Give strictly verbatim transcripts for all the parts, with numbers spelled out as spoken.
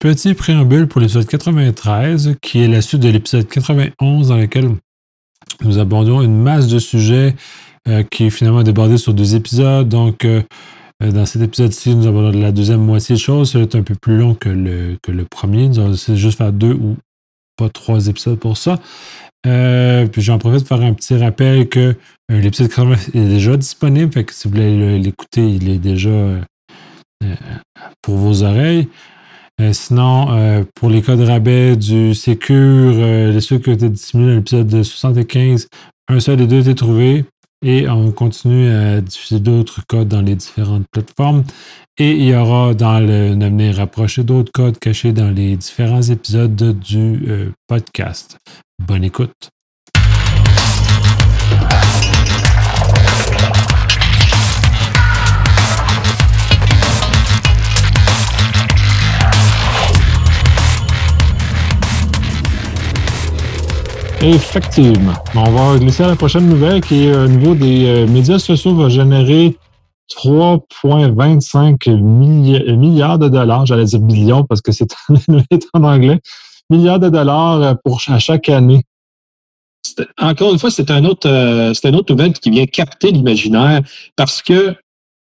petit préambule pour l'épisode quatre-vingt-treize, qui est la suite de l'épisode quatre-vingt-onze dans lequel nous abordons une masse de sujets euh, qui est finalement débordé sur deux épisodes. Donc, euh, dans cet épisode-ci, nous abordons la deuxième moitié de choses. Ça va être un peu plus long que le, que le premier. Nous allons essayer de juste faire deux ou pas trois épisodes pour ça. Euh, puis j'en profite pour faire un petit rappel que euh, l'épisode quatre-vingts est déjà disponible. Fait que si vous voulez l'écouter, il est déjà euh, pour vos oreilles. Euh, sinon, euh, pour les codes rabais du Sécure, euh, les ceux qui ont été dissimulés dans l'épisode soixante-quinze, un seul des deux a été trouvé et on continue à diffuser d'autres codes dans les différentes plateformes. Et il y aura dans le avenir rapproché d'autres codes cachés dans les différents épisodes du euh, podcast. Bonne écoute! Effectivement. On va glisser à la prochaine nouvelle qui est au niveau des euh, médias sociaux va générer trois virgule vingt-cinq milli- milliards de dollars. J'allais dire millions parce que c'est en anglais. Milliards de dollars pour à chaque année. C'est, encore une fois, c'est un autre, euh, c'est une autre nouvelle qui vient capter l'imaginaire parce que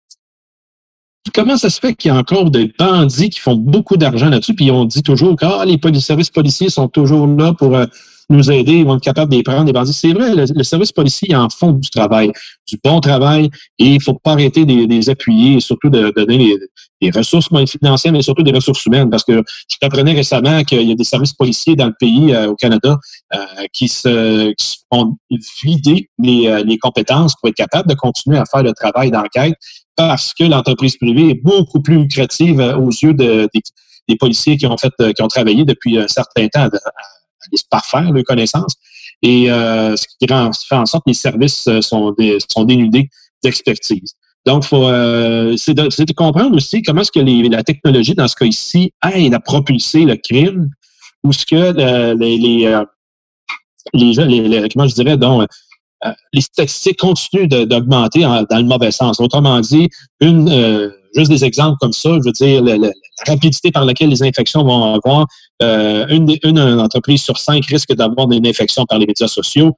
comment ça se fait qu'il y a encore des bandits qui font beaucoup d'argent là-dessus, puis on dit toujours que ah, les poli- services policiers sont toujours là pour euh, nous aider, ils vont être capables de les prendre, des bandits. C'est vrai, le, le service policier, ils en font du travail, du bon travail, et il ne faut pas arrêter de les appuyer, et surtout de, de donner les, les ressources financières, mais surtout des ressources humaines, parce que je apprenais récemment qu'il y a des services policiers dans le pays, euh, au Canada, euh, qui, se, qui se font vider les, euh, les compétences pour être capables de continuer à faire le travail d'enquête, parce que l'entreprise privée est beaucoup plus lucrative aux yeux de, des, des policiers qui ont fait, qui ont travaillé depuis un certain temps à, à les parfaire leurs connaissances. Et euh, ce qui rend, fait en sorte que les services sont, des, sont dénudés d'expertise. Donc, faut, euh, c'est, de, c'est de comprendre aussi comment est-ce que les, la technologie, dans ce cas ici, aide à propulser le crime, ou ce que euh, les, les, euh, les, les, les, comment je dirais, donc, Euh, les statistiques continuent de, d'augmenter en, dans le mauvais sens. Autrement dit, une, euh, juste des exemples comme ça, je veux dire, le, le, la rapidité par laquelle les infections vont avoir, euh, une, une, une entreprise sur cinq risque d'avoir une infection par les médias sociaux.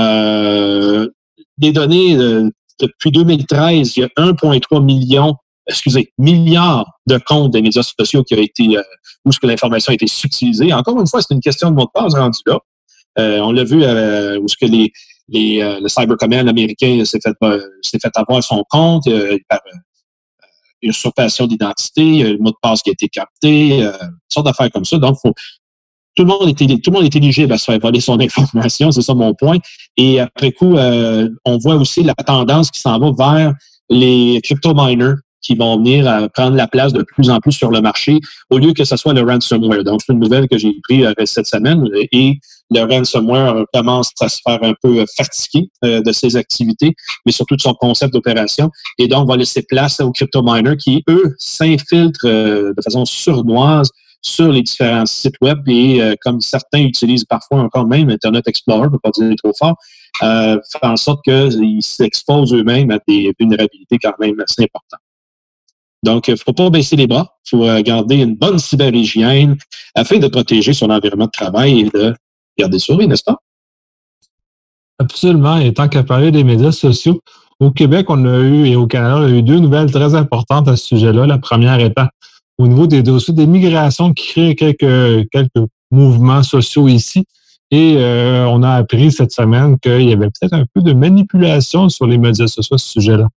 Euh, des données, euh, depuis deux mille treize, il y a un virgule trois million, excusez, milliards de comptes des médias sociaux qui ont été, euh, où ce que l'information a été subtilisée. Encore une fois, c'est une question de mot de passe rendu là. Euh, on l'a vu euh, où ce que les Les, euh, le Cyber Command américain s'est fait, euh, s'est fait avoir son compte euh, par euh, usurpation d'identité, il y a le mot de passe qui a été capté, euh, une sorte d'affaires comme ça. Donc, faut, tout le monde est tout le monde est éligible à se faire voler son information, c'est ça mon point. Et après coup, euh, on voit aussi la tendance qui s'en va vers les crypto miners qui vont venir à prendre la place de plus en plus sur le marché, au lieu que ce soit le ransomware. Donc, c'est une nouvelle que j'ai prise euh, cette semaine et le ransomware commence à se faire un peu fatiguer euh, de ses activités, mais surtout de son concept d'opération. Et donc, on va laisser place aux crypto miners qui, eux, s'infiltrent euh, de façon sournoise sur les différents sites web et euh, comme certains utilisent parfois encore même Internet Explorer, pour pas dire trop fort, euh, faire en sorte qu'ils s'exposent eux-mêmes à des vulnérabilités quand même assez importantes. Donc, il ne faut pas baisser les bras, il faut euh, garder une bonne cyberhygiène afin de protéger son environnement de travail et de garder souris, n'est-ce pas? Absolument. Et tant qu'à parler des médias sociaux, au Québec, on a eu, et au Canada, on a eu deux nouvelles très importantes à ce sujet-là. La première étant au niveau des dossiers des migrations qui créent quelques, quelques mouvements sociaux ici. Et euh, on a appris cette semaine qu'il y avait peut-être un peu de manipulation sur les médias sociaux à ce sujet-là.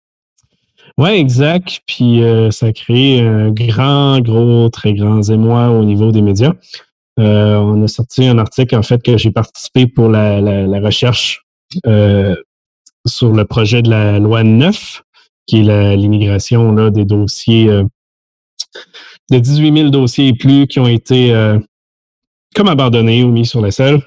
Oui, exact. Puis euh, ça crée un grand, gros, très grand émoi au niveau des médias. Euh, on a sorti un article, en fait, que j'ai participé pour la, la, la recherche euh, sur le projet de la loi neuf, qui est la, l'immigration là, des dossiers, euh, de dix-huit mille dossiers et plus qui ont été euh, comme abandonnés ou mis sur la selle.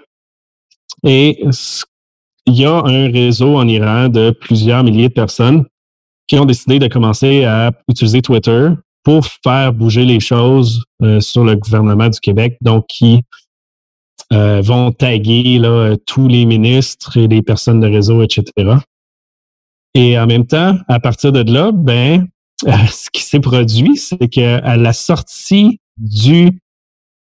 Et il y a un réseau en Iran de plusieurs milliers de personnes qui ont décidé de commencer à utiliser Twitter pour faire bouger les choses euh, sur le gouvernement du Québec, donc qui euh, vont taguer là, tous les ministres et les personnes de réseau, et cetera. Et en même temps, à partir de là, ben, euh, ce qui s'est produit, c'est qu'à la sortie du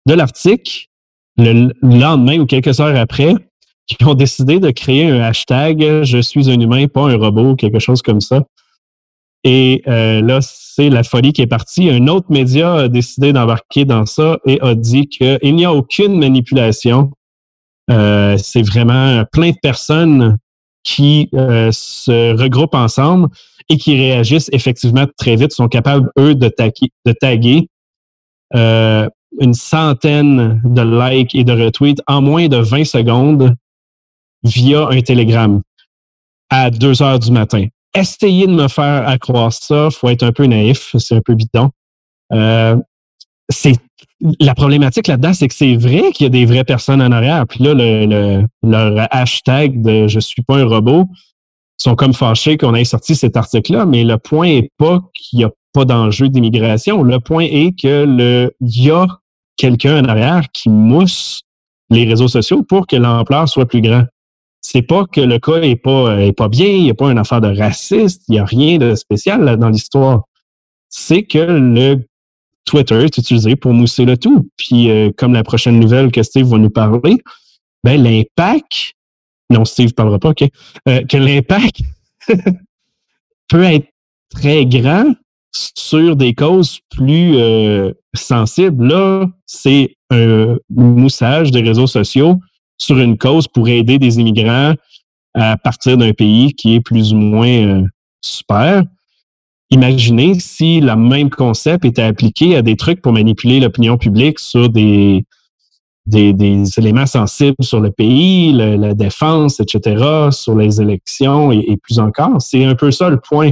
de l'article, le lendemain ou quelques heures après, qui ont décidé de créer un hashtag « Je suis un humain, pas un robot », quelque chose comme ça. Et euh, là, c'est la folie qui est partie. Un autre média a décidé d'embarquer dans ça et a dit qu'il n'y a aucune manipulation. Euh, c'est vraiment plein de personnes qui euh, se regroupent ensemble et qui réagissent effectivement très vite, sont capables, eux, de, taguer, de taguer euh, une centaine de likes et de retweets en moins de vingt secondes via un télégramme à deux heures du matin. Essayez de me faire à croire ça, faut être un peu naïf, c'est un peu bidon. Euh, c'est la problématique là-dedans, c'est que c'est vrai qu'il y a des vraies personnes en arrière. Puis là, le, le, leur hashtag de « Je suis pas un robot » sont comme fâchés qu'on ait sorti cet article-là, mais le point est pas qu'il n'y a pas d'enjeu d'immigration. Le point est que le il y a quelqu'un en arrière qui mousse les réseaux sociaux pour que l'ampleur soit plus grande. C'est pas que le cas est pas, est pas bien, il n'y a pas une affaire de raciste, il n'y a rien de spécial là, dans l'histoire. C'est que le Twitter est utilisé pour mousser le tout. Puis, euh, comme la prochaine nouvelle que Steve va nous parler, ben l'impact, non, Steve ne parlera pas, OK, euh, que l'impact peut être très grand sur des causes plus euh, sensibles. Là, c'est un moussage des réseaux sociaux sur une cause pour aider des immigrants à partir d'un pays qui est plus ou moins euh, super. Imaginez si le même concept était appliqué à des trucs pour manipuler l'opinion publique sur des, des, des éléments sensibles sur le pays, le, la défense, et cetera, sur les élections et, et plus encore. C'est un peu ça le point.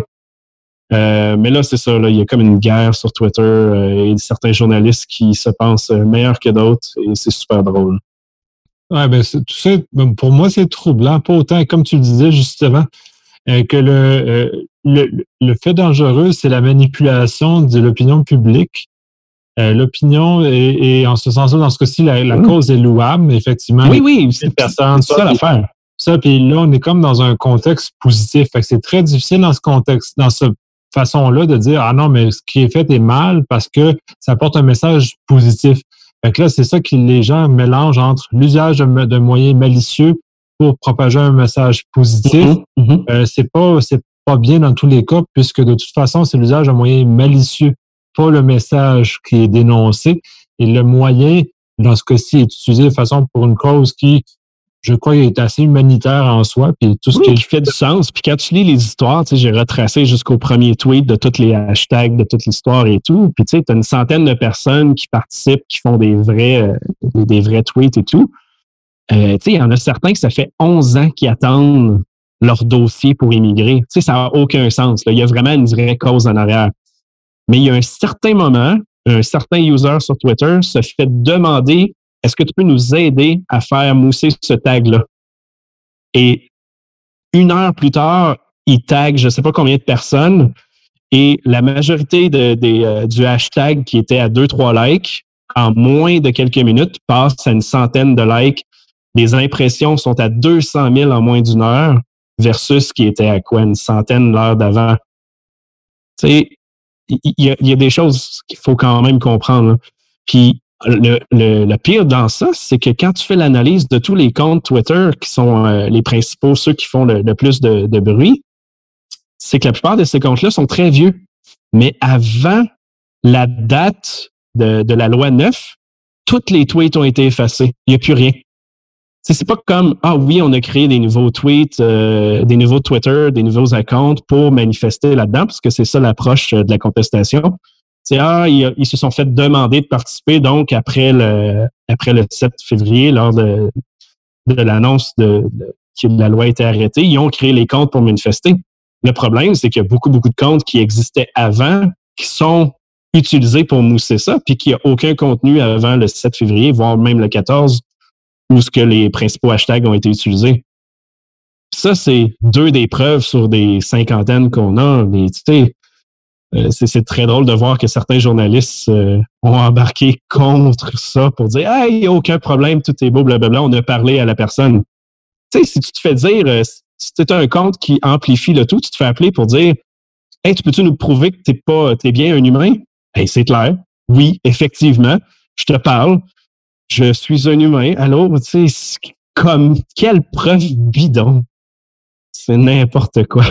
Euh, mais là, c'est ça. Là, il y a comme une guerre sur Twitter euh, et certains journalistes qui se pensent meilleurs que d'autres et c'est super drôle. Ouais, ben, c'est, tout ça, pour moi, c'est troublant. Pas autant, comme tu le disais justement, euh, que le, euh, le, le fait dangereux, c'est la manipulation de l'opinion publique. Euh, l'opinion est, est, en ce sens-là, dans ce cas-ci, la, la mmh. cause est louable, mais effectivement. Oui, oui, c'est, personne, c'est ça l'affaire. Ça, puis là, on est comme dans un contexte positif. Fait que c'est très difficile dans ce contexte, dans cette façon-là, de dire ah non, mais ce qui est fait est mal parce que ça apporte un message positif. Fait que là, c'est ça que les gens mélangent entre l'usage de, de moyens malicieux pour propager un message positif. Mm-hmm. Mm-hmm. Euh, c'est pas, c'est pas bien dans tous les cas, puisque de toute façon, c'est l'usage de moyens malicieux, pas le message qui est dénoncé. Et le moyen, dans ce cas-ci, est utilisé de façon pour une cause qui, je crois, est assez humanitaire en soi. Puis tout ce oui, qui, qui fait du sens. Puis quand tu lis les histoires, tu sais, j'ai retracé jusqu'au premier tweet de tous les hashtags, de toute l'histoire et tout. Puis tu sais, tu as une centaine de personnes qui participent, qui font des vrais, euh, des vrais tweets et tout. Euh, tu sais, il y en a certains que ça fait onze ans qu'ils attendent leur dossier pour immigrer. Tu sais, ça n'a aucun sens. Là. Il y a vraiment une vraie cause en arrière. Mais il y a un certain moment, un certain user sur Twitter se fait demander « Est-ce que tu peux nous aider à faire mousser ce tag-là? » Et une heure plus tard, il tag je ne sais pas combien de personnes et la majorité de, de, euh, du hashtag qui était à deux trois likes, en moins de quelques minutes, passe à une centaine de likes. Les impressions sont à deux cent mille en moins d'une heure versus ce qui était à quoi, une centaine l'heure d'avant. Tu sais, il y, y, y a des choses qu'il faut quand même comprendre. Là. Puis, Le, le, le pire dans ça, c'est que quand tu fais l'analyse de tous les comptes Twitter qui sont euh, les principaux, ceux qui font le, le plus de, de bruit, c'est que la plupart de ces comptes-là sont très vieux. Mais avant la date de, de la loi neuf, toutes les tweets ont été effacés. Il n'y a plus rien. T'sais, c'est pas comme, ah oui, on a créé des nouveaux tweets, euh, des nouveaux Twitter, des nouveaux accounts pour manifester là-dedans, parce que c'est ça l'approche de la contestation. C'est ah, ils, ils se sont fait demander de participer, donc après le après le sept février, lors de, de l'annonce de, de que la loi était arrêtée, ils ont créé les comptes pour manifester. Le problème, c'est qu'il y a beaucoup, beaucoup de comptes qui existaient avant, qui sont utilisés pour mousser ça, puis qu'il n'y a aucun contenu avant le sept février, voire même le quatorze, où ce que les principaux hashtags ont été utilisés. Ça, c'est deux des preuves sur des cinquantaines qu'on a, mais tu sais, Euh, c'est, c'est très drôle de voir que certains journalistes euh, ont embarqué contre ça pour dire « Ah, il n'y a aucun problème, tout est beau, blablabla, on a parlé à la personne. » Tu sais, si tu te fais dire, euh, si tu as un compte qui amplifie le tout, tu te fais appeler pour dire « Hey, tu peux-tu nous prouver que tu es pas, t'es bien un humain? » Hey, c'est clair. Oui, effectivement, je te parle. je suis un humain. Allô, tu sais, comme quelle preuve bidon. C'est n'importe quoi.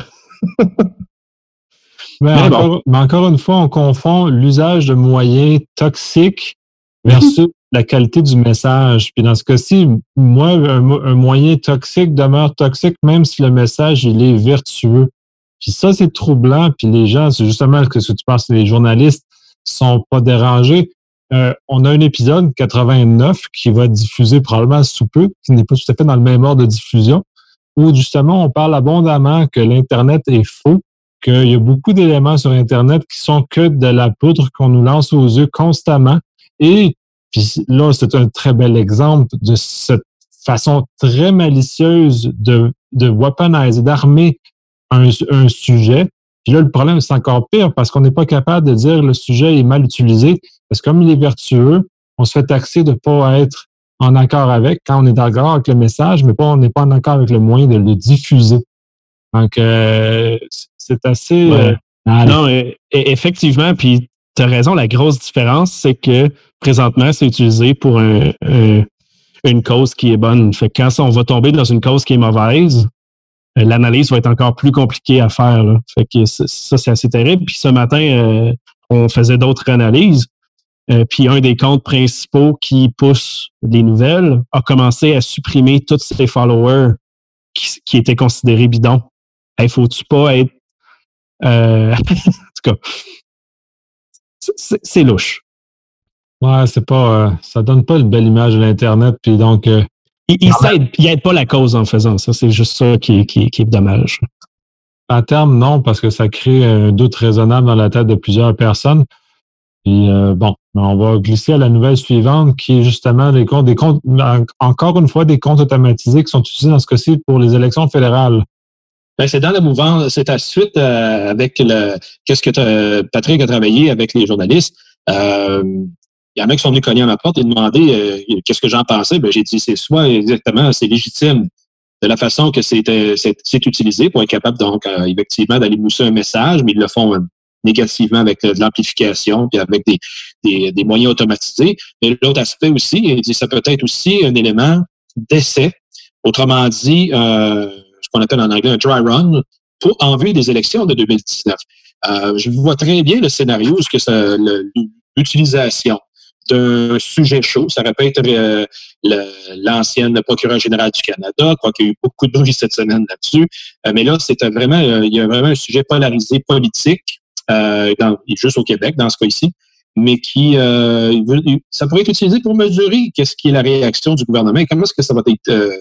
Mais, mais, encore, bon. mais encore une fois, on confond l'usage de moyens toxiques versus la qualité du message. Puis dans ce cas-ci, moi, un, un moyen toxique demeure toxique même si le message il est vertueux. Puis ça, c'est troublant. Puis les gens, c'est justement ce que tu penses, les journalistes sont pas dérangés. Euh, on a un épisode quatre-vingt-neuf qui va être diffusé probablement sous peu, qui n'est pas tout à fait dans le même ordre de diffusion, où justement on parle abondamment que l'Internet est faux, qu'il y a beaucoup d'éléments sur Internet qui sont que de la poudre qu'on nous lance aux yeux constamment. Et puis là, c'est un très bel exemple de cette façon très malicieuse de, de weaponiser, d'armer un, un sujet. Puis là, le problème, c'est encore pire parce qu'on n'est pas capable de dire le sujet est mal utilisé. Parce que comme il est vertueux, on se fait taxer de ne pas être en accord avec quand on est d'accord avec le message, mais pas on n'est pas en accord avec le moyen de le diffuser. Donc, euh, c'est assez... Ouais. Euh, non, euh, effectivement, puis tu as raison, la grosse différence, c'est que présentement, c'est utilisé pour un, un, une cause qui est bonne. Fait que quand on va tomber dans une cause qui est mauvaise, l'analyse va être encore plus compliquée à faire. Là. Fait que ça, c'est assez terrible. Puis ce matin, euh, on faisait d'autres analyses. Euh, puis un des comptes principaux qui pousse les nouvelles a commencé à supprimer tous ses followers qui, qui étaient considérés bidons. Hey, faut-tu pas être... Euh... en tout cas, c'est, c'est louche. Ouais, c'est pas... Euh, ça donne pas une belle image de l'Internet. Puis donc... Euh, il il s'aide, il aide pas la cause en faisant ça. C'est juste ça qui, qui, qui est dommage. À terme, non, parce que ça crée un doute raisonnable dans la tête de plusieurs personnes. Puis euh, bon, on va glisser à la nouvelle suivante qui est justement des comptes, des comptes, encore une fois, des comptes automatisés qui sont utilisés dans ce cas-ci pour les élections fédérales. Ben, c'est dans la mouvance, c'est à suite euh, avec le qu'est-ce que Patrick a travaillé avec les journalistes. Euh, il y en a qui sont venus cogner à ma porte et demander euh, qu'est-ce que j'en pensais. Ben, j'ai dit c'est soit exactement, c'est légitime de la façon que c'est, c'est, c'est utilisé pour être capable donc euh, effectivement d'aller mousser un message, mais ils le font euh, négativement avec de l'amplification puis avec des, des, des moyens automatisés. Mais l'autre aspect aussi, il dit ça peut être aussi un élément d'essai, autrement dit, euh, ce qu'on appelle en anglais un dry run, pour en vue des élections de deux mille dix-neuf. Euh, je vois très bien le scénario, ce que ça, le, l'utilisation d'un sujet chaud, ça aurait pu être euh, le, l'ancienne procureure générale du Canada, quoi qu'il y a eu beaucoup de bruit cette semaine là-dessus. Euh, mais là, c'est vraiment, euh, il y a vraiment un sujet polarisé politique. Euh, dans, juste au Québec, dans ce cas-ci, mais qui, euh, ça pourrait être utilisé pour mesurer qu'est-ce qui est la réaction du gouvernement et comment est-ce que ça va être euh,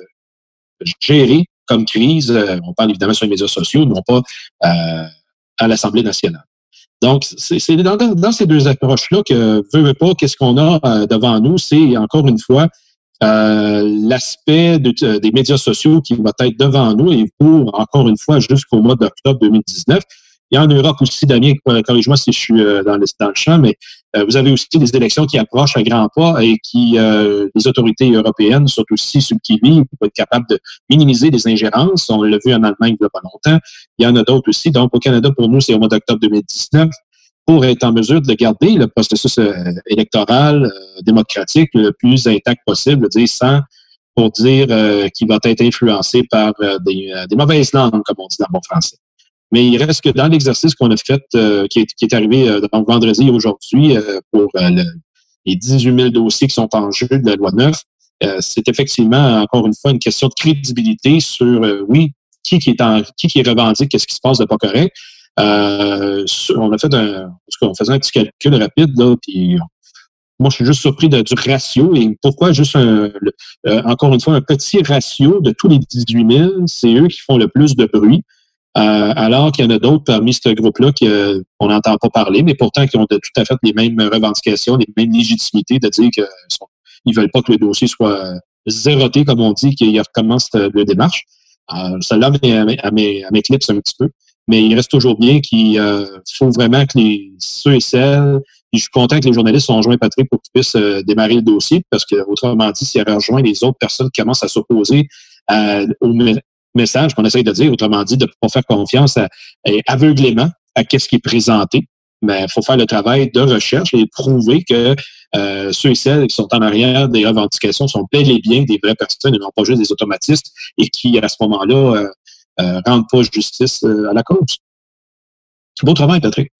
géré comme crise. Euh, on parle évidemment sur les médias sociaux, non pas euh, à l'Assemblée nationale. Donc, c'est, c'est dans, dans ces deux approches-là que, veut, veut pas, qu'est-ce qu'on a euh, devant nous, c'est encore une fois euh, l'aspect de, euh, des médias sociaux qui va être devant nous et pour, encore une fois, jusqu'au mois d'octobre deux mille dix-neuf. Il y a en Europe aussi, Damien, corrige-moi si je suis dans le, dans le champ, mais euh, vous avez aussi des élections qui approchent à grands pas et qui, euh, les autorités européennes sont aussi sur le qui-vive pour être capables de minimiser les ingérences. On l'a vu en Allemagne il n'y a pas longtemps. Il y en a d'autres aussi. Donc, au Canada, pour nous, c'est au mois d'octobre deux mille dix-neuf pour être en mesure de garder le processus euh, électoral euh, démocratique le plus intact possible, dire sans pour dire euh, qu'il va être influencé par euh, des, euh, des mauvaises langues, comme on dit dans le bon français. Mais il reste que dans l'exercice qu'on a fait, euh, qui, est, qui est arrivé euh, donc vendredi et aujourd'hui euh, pour euh, le, les dix-huit mille dossiers qui sont en jeu de la loi neuf, euh, c'est effectivement, encore une fois, une question de crédibilité sur, euh, oui, qui, qui, est en, qui, qui revendique qu'est-ce qui se passe de pas correct. Euh, on a fait un, on faisait un petit calcul rapide, là, puis moi, je suis juste surpris de, du ratio. Et pourquoi juste, un, le, euh, encore une fois, un petit ratio de tous les dix-huit mille, c'est eux qui font le plus de bruit. Euh, alors qu'il y en a d'autres parmi ce groupe-là qui, euh, on n'entend pas parler, mais pourtant qui ont de, tout à fait les mêmes revendications, les mêmes légitimités de dire qu'ils ne veulent pas que le dossier soit zéroté, comme on dit, qu'ils recommencent la démarche. Euh, celle-là m'éclipse un petit peu, mais il reste toujours bien qu'il euh, faut vraiment que les, ceux et celles, et je suis content que les journalistes sont rejoints, Patrick, pour qu'ils puissent euh, démarrer le dossier, parce que autrement dit, s'il y avait rejoint les autres personnes qui commencent à s'opposer euh, au message qu'on essaye de dire, autrement dit, de ne pas faire confiance à, à, aveuglément à ce qui est présenté. Mais il faut faire le travail de recherche et prouver que euh, ceux et celles qui sont en arrière des revendications sont bel et bien des vraies personnes et non pas juste des automatistes et qui, à ce moment-là, euh, euh, rendent pas justice euh, à la cause. Beau travail, Patrick.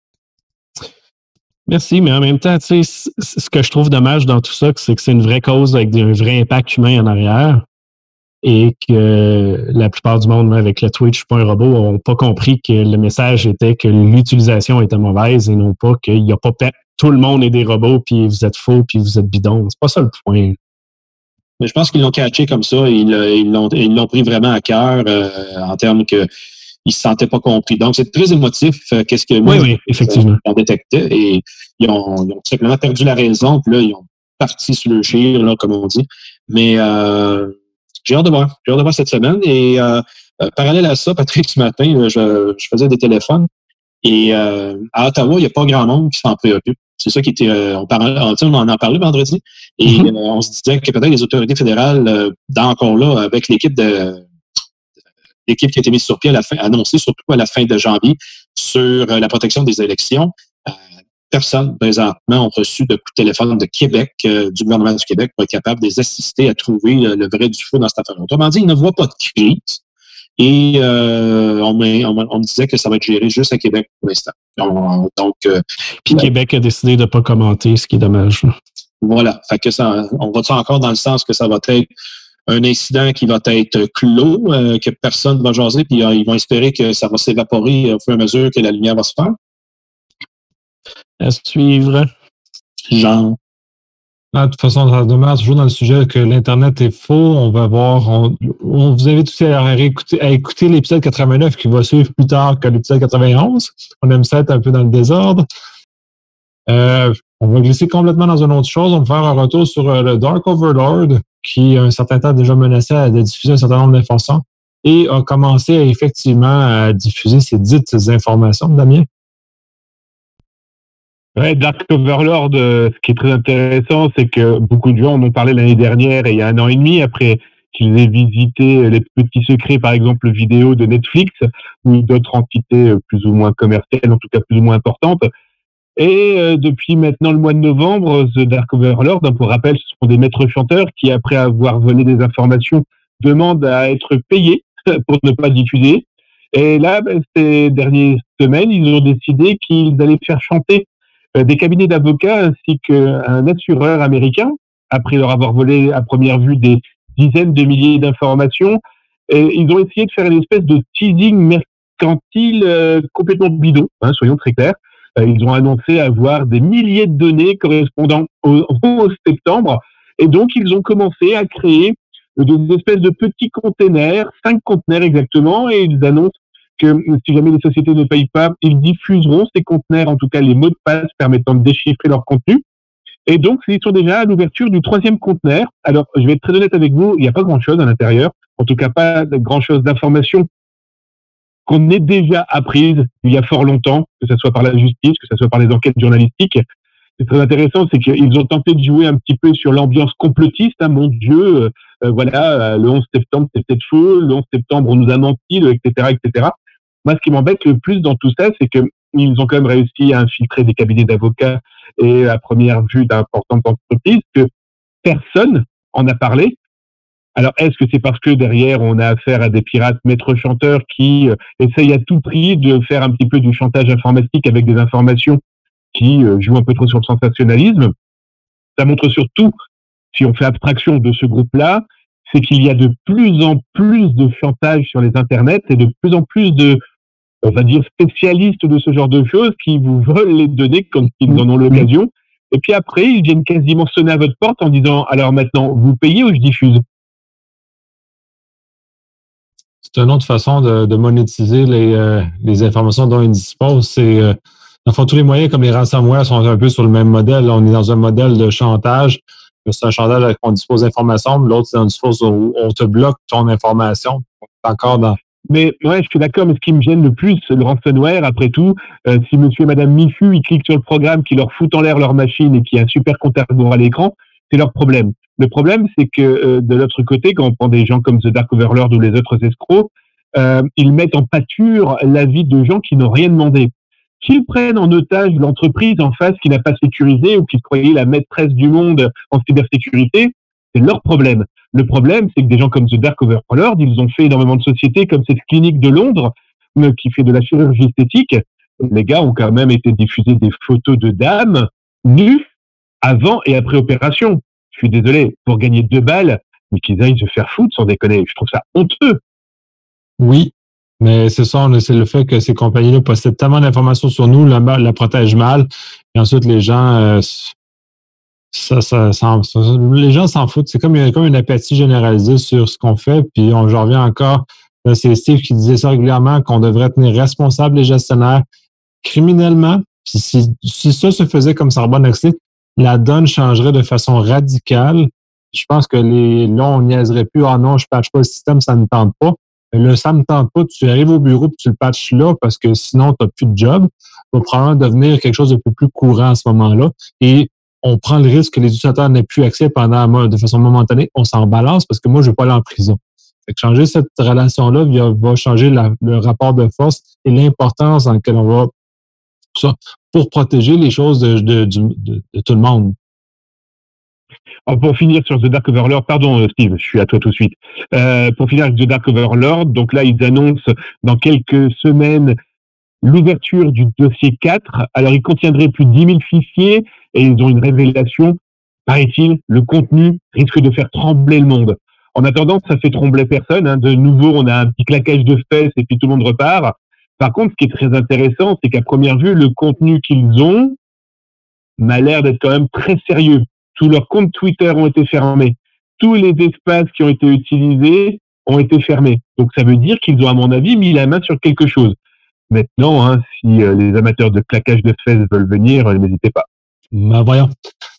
Merci, mais en même temps, tu sais, ce que je trouve dommage dans tout ça, c'est que c'est une vraie cause avec un vrai impact humain en arrière et que la plupart du monde, avec le Twitch, pas un robot, n'ont pas compris que le message était que l'utilisation était mauvaise et non pas qu'il n'y a pas tout le monde est des robots puis vous êtes faux puis vous êtes bidons. C'est pas ça le point. Mais je pense qu'ils l'ont catché comme ça et ils, ils, l'ont, ils l'ont pris vraiment à cœur euh, en termes que ils se sentaient pas compris. Donc, c'est très émotif. Euh, qu'est-ce que oui, oui, effectivement. On détectait et ils ont, ils ont tout simplement perdu la raison. Puis là, ils ont parti sur le chire, là, comme on dit. Mais euh, j'ai hâte de voir. J'ai hâte de voir cette semaine. Et euh, euh, parallèle à ça, Patrick, ce matin, je, je faisais des téléphones. Et euh, à Ottawa, il n'y a pas grand monde qui s'en préoccupe. C'est ça qui était. Euh, on, parlait, on, on en a parlé vendredi. Et mm-hmm. euh, on se disait que peut-être les autorités fédérales, euh, dans encore là, avec l'équipe de. l'équipe qui a été mise sur pied à la fin, annoncée surtout à la fin de janvier sur la protection des élections. Euh, personne, présentement, ont reçu de coup de téléphone de Québec, euh, du gouvernement du Québec, pour être capable de les assister à trouver le, le vrai du faux dans cette affaire. Autrement dit, ils ne voient pas de crise. Et euh, on, me, on, me, on me disait que ça va être géré juste à Québec pour l'instant. On, donc, euh, Puis euh, Québec a décidé de ne pas commenter, ce qui est dommage. Voilà. Fait que ça, on va-tu encore dans le sens que ça va être un incident qui va être clos, euh, que personne ne va jaser, puis euh, ils vont espérer que ça va s'évaporer au fur et à mesure que la lumière va se faire? À suivre. Genre. Ah, de toute façon, ça demeure toujours dans le sujet que l'Internet est faux. On va voir. On, on vous invite aussi à, réécouter, à écouter l'épisode quatre-vingt-neuf qui va suivre plus tard que l'épisode quatre-vingt-onze. On aime ça être un peu dans le désordre. Euh, on va glisser complètement dans une autre chose. On va faire un retour sur euh, le Dark Overlord, qui, un certain temps, a déjà menacé de diffuser un certain nombre d'informations et a commencé à, effectivement à diffuser ces dites informations. Damien? Ouais, Dark Overlord, euh, ce qui est très intéressant, c'est que beaucoup de gens en ont parlé l'année dernière et il y a un an et demi, après qu'ils aient visité les petits secrets, par exemple, vidéo de Netflix ou d'autres entités plus ou moins commerciales, en tout cas plus ou moins importantes. Et euh, depuis maintenant le mois de novembre, The Dark Overlord, hein, pour rappel, ce sont des maîtres chanteurs qui, après avoir volé des informations, demandent à être payés pour ne pas diffuser. Et là, ben, ces dernières semaines, ils ont décidé qu'ils allaient faire chanter euh, des cabinets d'avocats ainsi qu'un assureur américain, après leur avoir volé à première vue des dizaines de milliers d'informations. Et ils ont essayé de faire une espèce de teasing mercantile euh, complètement bidon, hein, soyons très clairs. Ils ont annoncé avoir des milliers de données correspondant au onze septembre. Et donc, ils ont commencé à créer des espèces de petits containers, cinq conteneurs exactement, et ils annoncent que si jamais les sociétés ne payent pas, ils diffuseront ces conteneurs, en tout cas les mots de passe permettant de déchiffrer leur contenu. Et donc, ils sont déjà à l'ouverture du troisième conteneur. Alors, je vais être très honnête avec vous, il n'y a pas grand-chose à l'intérieur, en tout cas pas grand-chose d'informations qu'on ait déjà apprises il y a fort longtemps, que ce soit par la justice, que ce soit par les enquêtes journalistiques. C'est très intéressant, c'est qu'ils ont tenté de jouer un petit peu sur l'ambiance complotiste. Hein, mon Dieu, euh, voilà, euh, le onze septembre, c'est peut-être faux, le onze septembre, on nous a menti, et cetera, et cetera. Moi, ce qui m'embête le plus dans tout ça, c'est qu'ils ont quand même réussi à infiltrer des cabinets d'avocats et à première vue d'importantes entreprises que personne en a parlé. Alors, est-ce que c'est parce que derrière, on a affaire à des pirates maîtres chanteurs qui euh, essayent à tout prix de faire un petit peu du chantage informatique avec des informations qui euh, jouent un peu trop sur le sensationnalisme? Ça montre surtout, si on fait abstraction de ce groupe-là, c'est qu'il y a de plus en plus de chantage sur les internets et de plus en plus de, on va dire, spécialistes de ce genre de choses qui vous volent les données quand ils en ont l'occasion. Et puis après, ils viennent quasiment sonner à votre porte en disant « Alors maintenant, vous payez ou je diffuse ?» C'est une autre façon de, de monétiser les, euh, les informations dont ils disposent. C'est, euh, dans le fond, tous les moyens comme les ransomware sont un peu sur le même modèle. Là, on est dans un modèle de chantage. C'est un chantage avec on dispose d'informations, mais l'autre, c'est on dispose où on te bloque ton information. C'est encore dans... Mais ouais, je suis d'accord, mais ce qui me gêne le plus, le ransomware, après tout, euh, si monsieur et madame Michu, ils cliquent sur le programme qui leur fout en l'air leur machine et qui a un super compte à rebours à l'écran, c'est leur problème. Le problème, c'est que euh, de l'autre côté, quand on prend des gens comme The Dark Overlord ou les autres escrocs, euh, ils mettent en pâture la vie de gens qui n'ont rien demandé. S'ils prennent en otage l'entreprise en face qui n'a pas sécurisé ou qui se croyait la maîtresse du monde en cybersécurité, c'est leur problème. Le problème, c'est que des gens comme The Dark Overlord, ils ont fait énormément de sociétés comme cette clinique de Londres qui fait de la chirurgie esthétique. Les gars ont quand même été diffusés des photos de dames nues avant et après opération. Je suis désolé, pour gagner deux balles, mais qu'ils aillent se faire foutre sans déconner. Je trouve ça honteux. Oui, mais c'est ça, c'est le fait que ces compagnies-là possèdent tellement d'informations sur nous, la, la protègent mal, et ensuite les gens, euh, ça, ça, ça, ça, les gens s'en foutent. C'est comme, comme une apathie généralisée sur ce qu'on fait, puis on, j'en reviens encore, là, c'est Steve qui disait ça régulièrement, qu'on devrait tenir responsables les gestionnaires criminellement. Puis si, si ça se faisait comme Charbonne Accès, la donne changerait de façon radicale. Je pense que les, là, on niaiserait plus, ah non, je patche pas le système, ça ne me tente pas. Là, ça ne me tente pas, tu arrives au bureau et tu le patches là parce que sinon, tu n'as plus de job. Ça va probablement devenir quelque chose de peu plus courant à ce moment-là. Et on prend le risque que les utilisateurs n'aient plus accès pendant de façon momentanée. On s'en balance parce que moi, je ne veux pas aller en prison. Fait que changer cette relation-là va, va changer la, le rapport de force et l'importance dans laquelle on va ça, pour protéger les choses de, de, de, de, de tout le monde. Alors pour finir sur The Dark Overlord, pardon Steve, je suis à toi tout de suite. Euh, pour finir avec The Dark Overlord, donc là ils annoncent dans quelques semaines l'ouverture du dossier quatre. Alors il contiendrait plus de dix mille fichiers et ils ont une révélation. Paraît-il, le contenu risque de faire trembler le monde. En attendant, ça fait trembler personne. Hein. De nouveau, on a un petit claquage de fesses et puis tout le monde repart. Par contre, ce qui est très intéressant, c'est qu'à première vue, le contenu qu'ils ont m'a l'air d'être quand même très sérieux. Tous leurs comptes Twitter ont été fermés. Tous les espaces qui ont été utilisés ont été fermés. Donc, ça veut dire qu'ils ont, à mon avis, mis la main sur quelque chose. Maintenant, hein, si euh, les amateurs de claquage de fesses veulent venir, euh, n'hésitez pas. Ben voyons.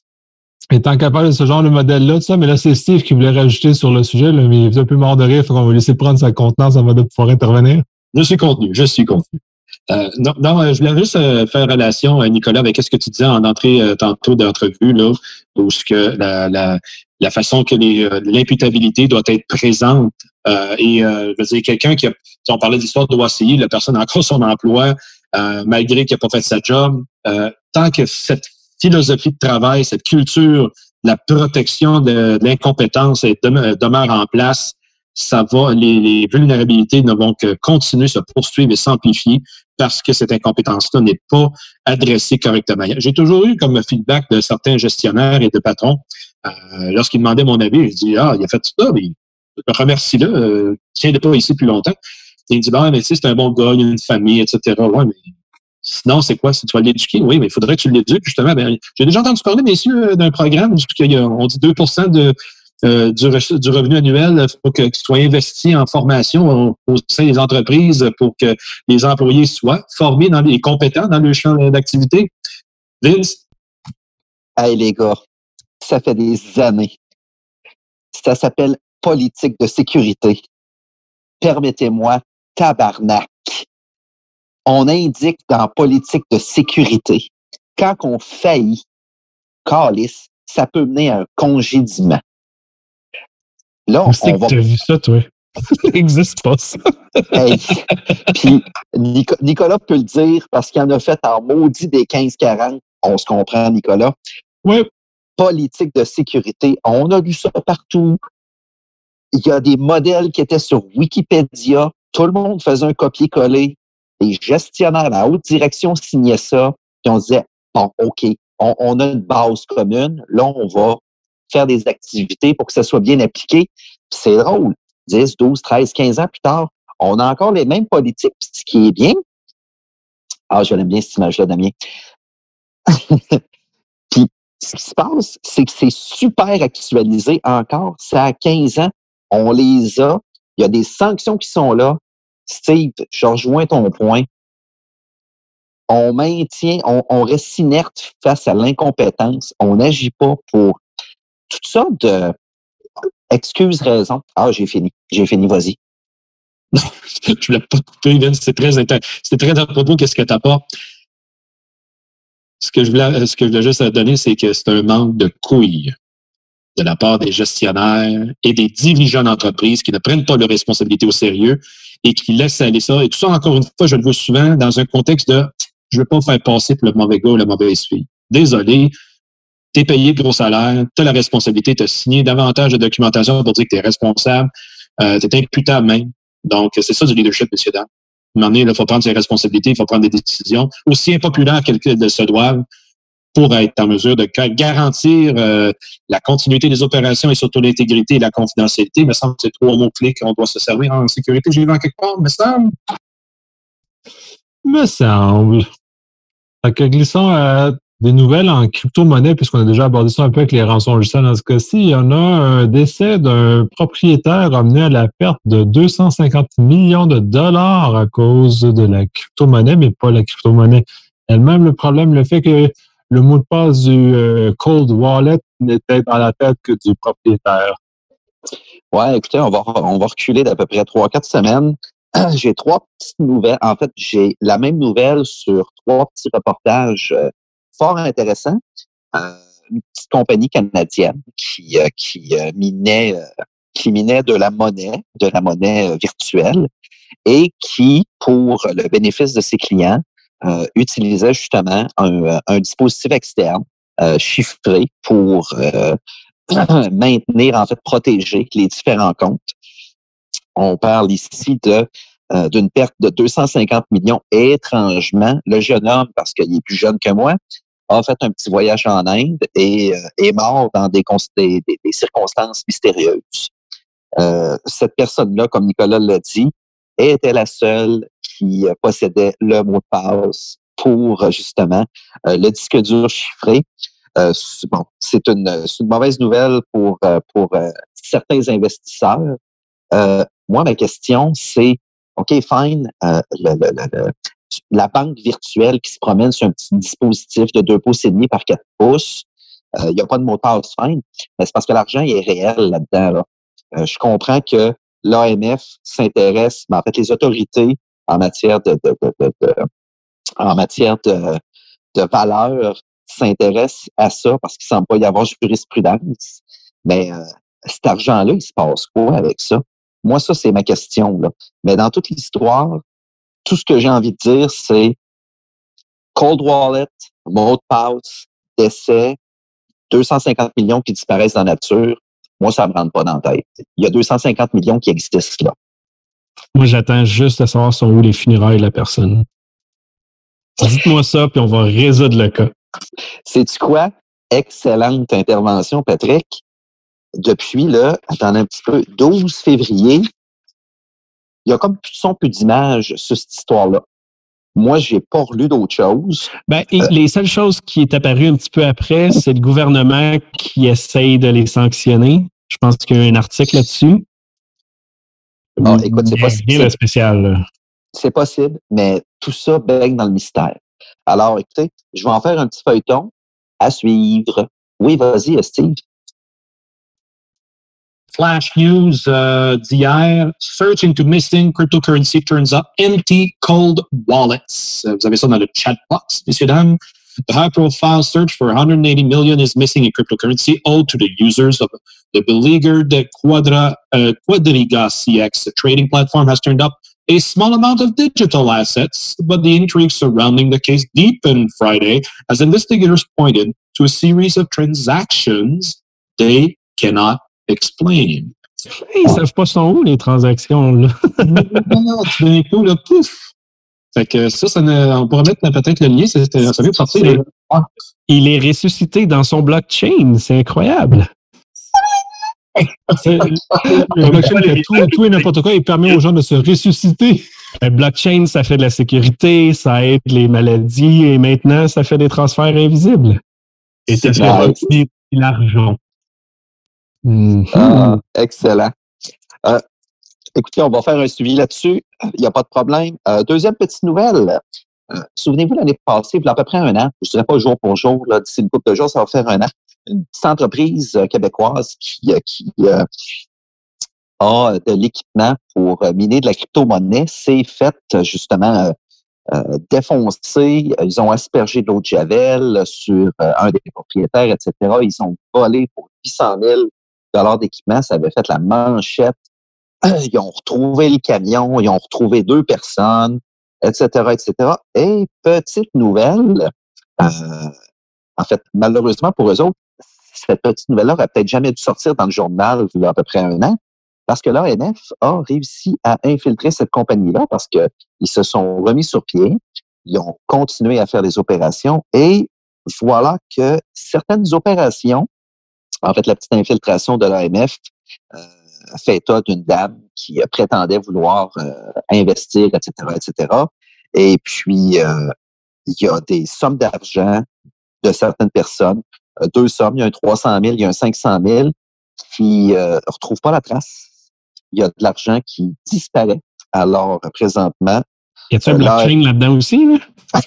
Étant capable de ce genre de modèle-là, tout ça, mais là, c'est Steve qui voulait rajouter sur le sujet, là, mais il est un peu mort de rire, il faut qu'on va laisser prendre sa contenance avant de pouvoir intervenir. Je suis contenu, je suis contenu. Euh, non, non, je voulais juste euh, faire relation, Nicolas, avec ce que tu disais en entrée euh, tantôt d'entrevue, là, où ce que la, la, la façon que les, euh, l'imputabilité doit être présente. Euh, et euh, je veux dire, quelqu'un qui a, si on parlait de l'histoire de l'O A C I, la personne a encore son emploi, euh, malgré qu'il n'a pas fait sa job, euh, tant que cette philosophie de travail, cette culture de la protection de, de l'incompétence demeure en place, ça va, les, les vulnérabilités ne vont que continuer, se poursuivre et s'amplifier parce que cette incompétence-là n'est pas adressée correctement. J'ai toujours eu comme feedback de certains gestionnaires et de patrons, euh, lorsqu'ils demandaient mon avis, je dis, ah, il a fait ça, mais je te remercie là, euh, tiens pas ici plus longtemps. Et il me dit, bah, mais tu sais, c'est un bon gars, il a une famille, et cetera. Ouais, mais sinon, c'est quoi? Si tu vas l'éduquer? Oui, mais il faudrait que tu l'éduques, justement. Ben, j'ai déjà entendu parler, messieurs, d'un programme où on dit deux pour cent de Euh, du, re- du revenu annuel pour que, qu'il soit investi en formation au, au sein des entreprises pour que les employés soient formés dans les compétents dans le champ d'activité. Vince? Hey les gars, ça fait des années. Ça s'appelle politique de sécurité. Permettez-moi, tabarnak. On indique dans politique de sécurité, quand on faillit, calice, ça peut mener à un congédiement. Là, on, c'est on que va... t'as vu ça, toi? Ça n'existe pas, ça. Hey. Puis Nic- Nicolas peut le dire parce qu'il en a fait en maudit des quinze quarante. On se comprend, Nicolas. Oui. Politique de sécurité. On a vu ça partout. Il y a des modèles qui étaient sur Wikipédia. Tout le monde faisait un copier-coller. Les gestionnaires, la haute direction signaient ça. Puis on disait, bon, OK, on, on a une base commune. Là, on va faire des activités pour que ça soit bien appliqué. Puis c'est drôle. dix, douze, treize, quinze ans plus tard, on a encore les mêmes politiques. Puis ce qui est bien, ah, je l'aime bien cette image-là, Damien. Puis ce qui se passe, c'est que c'est super actualisé encore. Ça a quinze ans. On les a. Il y a des sanctions qui sont là. Steve, je rejoins ton point. On maintient, on, on reste inerte face à l'incompétence. On n'agit pas pour toutes sortes de excuses, raisons. Ah, j'ai fini. J'ai fini, vas-y. Non, je ne voulais pas te couper, Vince. C'est très intéressant. C'est très à propos de ce que tu apportes. Ce que je voulais, ce que je voulais juste donner, c'est que c'est un manque de couilles de la part des gestionnaires et des dirigeants d'entreprise qui ne prennent pas leurs responsabilités au sérieux et qui laissent aller ça. Et tout ça, encore une fois, je le vois souvent dans un contexte de je ne veux pas faire passer pour le mauvais gars ou la mauvaise fille. Désolé, tu es payé de gros salaire, tu as la responsabilité, tu as signé davantage de documentation pour dire que tu es responsable, euh, tu es imputable même. Donc, c'est ça du leadership, messieurs, dames. À un moment donné, il faut prendre ses responsabilités, il faut prendre des décisions, aussi impopulaires qu'elles se doivent, pour être en mesure de garantir euh, la continuité des opérations et surtout l'intégrité et la confidentialité. Il me semble que c'est trois mots-clés qu'on doit se servir en sécurité. J'ai vu en quelque part, il me semble. Me semble. Fait que glissons à des nouvelles en crypto-monnaie, puisqu'on a déjà abordé ça un peu avec les rançons logicielles dans ce cas-ci. Il y en a un décès d'un propriétaire amené à la perte de deux cent cinquante millions de dollars à cause de la crypto-monnaie, mais pas la crypto-monnaie elle-même. Le problème, le fait que le mot de passe du euh, Cold Wallet n'était dans la tête que du propriétaire. Ouais, écoutez, on va, on va reculer d'à peu près trois, quatre semaines. J'ai trois petites nouvelles. En fait, j'ai la même nouvelle sur trois petits reportages euh, fort intéressants. Euh, une petite compagnie canadienne qui, euh, qui euh, minait, euh, qui minait de la monnaie, de la monnaie euh, virtuelle, et qui, pour le bénéfice de ses clients, euh, utilisait justement un, un dispositif externe euh, chiffré pour euh, maintenir, en fait, protéger les différents comptes. On parle ici de euh, d'une perte de deux cent cinquante millions. Et étrangement, le jeune homme, parce qu'il est plus jeune que moi, a fait un petit voyage en Inde et euh, est mort dans des, des, des, des circonstances mystérieuses. Euh, cette personne-là, comme Nicolas l'a dit, était la seule qui euh, possédait le mot de passe pour justement euh, le disque dur chiffré. Euh, bon, c'est une, c'est une mauvaise nouvelle pour, euh, pour euh, certains investisseurs. Euh, moi, ma question, c'est, OK, fine, euh, le, le, le, la banque virtuelle qui se promène sur un petit dispositif de deux pouces et demi par quatre pouces, il euh, n'y a pas de mot de passe, fine, mais c'est parce que l'argent est réel là-dedans. Là. Euh, je comprends que l'A M F s'intéresse, mais en fait, les autorités en matière de, de, de, de, de en matière de, de valeur s'intéressent à ça parce qu'il ne semble pas y avoir jurisprudence. Mais euh, cet argent-là, il se passe quoi avec ça? Moi, ça, c'est ma question. Là. Mais dans toute l'histoire, tout ce que j'ai envie de dire, c'est Cold Wallet, mot de passe, décès, deux cent cinquante millions qui disparaissent dans la nature. Moi, ça ne me rentre pas dans la tête. Il y a deux cent cinquante millions qui existent là. Moi, j'attends juste à savoir sont où les funérailles de la personne. Dites-moi ça, puis on va résoudre le cas. Sais-tu quoi? Excellente intervention, Patrick. Depuis, là, attendez un petit peu, douze février, il y a comme plus de son, plus d'image sur cette histoire-là. Moi, j'ai pas relu d'autre chose. Ben, et euh, les seules choses qui est apparues un petit peu après, c'est le gouvernement qui essaye de les sanctionner. Je pense qu'il y a un article là-dessus. Ah, écoute, c'est pas rien de spécial. Là. C'est possible, mais tout ça baigne dans le mystère. Alors, écoutez, je vais en faire un petit feuilleton à suivre. Oui, vas-y, Steve. Flash news uh, d'hier. Search into missing cryptocurrency turns up empty cold wallets. Uh, vous avez ça dans le chat box, messieurs, dames. The high-profile search for one hundred eighty million is missing in cryptocurrency, owed to the users of the beleaguered Quadra, uh, Quadriga C X. The trading platform has turned up a small amount of digital assets, but the intrigue surrounding the case deepened Friday as investigators pointed to a series of transactions they cannot explain. Ils ne savent pas sont où les transactions, là. non, non, tout d'un coup, là, pouf! Fait que ça, ça ne, on pourrait mettre peut-être le lien, ça, ça vient de sortir. Est, ah. Il est ressuscité dans son blockchain, c'est incroyable. C'est, le blockchain fait tout, tout et n'importe quoi, il permet aux gens de se ressusciter. Le blockchain, ça fait de la sécurité, ça aide les maladies et maintenant, ça fait des transferts invisibles. Et ça fait aussi l'argent. Mm-hmm. Ah, excellent. Euh, écoutez, on va faire un suivi là-dessus. Il n'y a pas de problème. Euh, deuxième petite nouvelle. Euh, souvenez-vous, l'année passée, il y a à peu près un an, je ne dirais pas jour pour jour, là, d'ici une couple de jours, ça va faire un an, une petite entreprise euh, québécoise qui, euh, qui euh, a de l'équipement pour euh, miner de la crypto-monnaie s'est faite justement euh, euh, défoncer. Ils ont aspergé de l'eau de javel sur euh, un des propriétaires, et cetera. Ils ont volé pour huit cent mille dollars d'équipement. Ça avait fait la manchette. Ils ont retrouvé le camion. Ils ont retrouvé deux personnes. et cetera, et cetera. Et petite nouvelle, euh, en fait, malheureusement pour eux autres, cette petite nouvelle-là aurait peut-être jamais dû sortir dans le journal il y a à peu près un an, parce que l'A N F a réussi à infiltrer cette compagnie-là parce qu'ils se sont remis sur pied, ils ont continué à faire des opérations et voilà que certaines opérations, en fait, la petite infiltration de l'A M F euh, fait état d'une dame qui euh, prétendait vouloir euh, investir, et cetera, et cetera. Et puis, euh, il y a des sommes d'argent de certaines personnes, euh, deux sommes, il y a un trois cent mille, il y a un cinq cent mille, qui ne euh, retrouvent pas la trace. Il y a de l'argent qui disparaît. Alors, présentement... Y a-t-il un blockchain là-dedans aussi, là?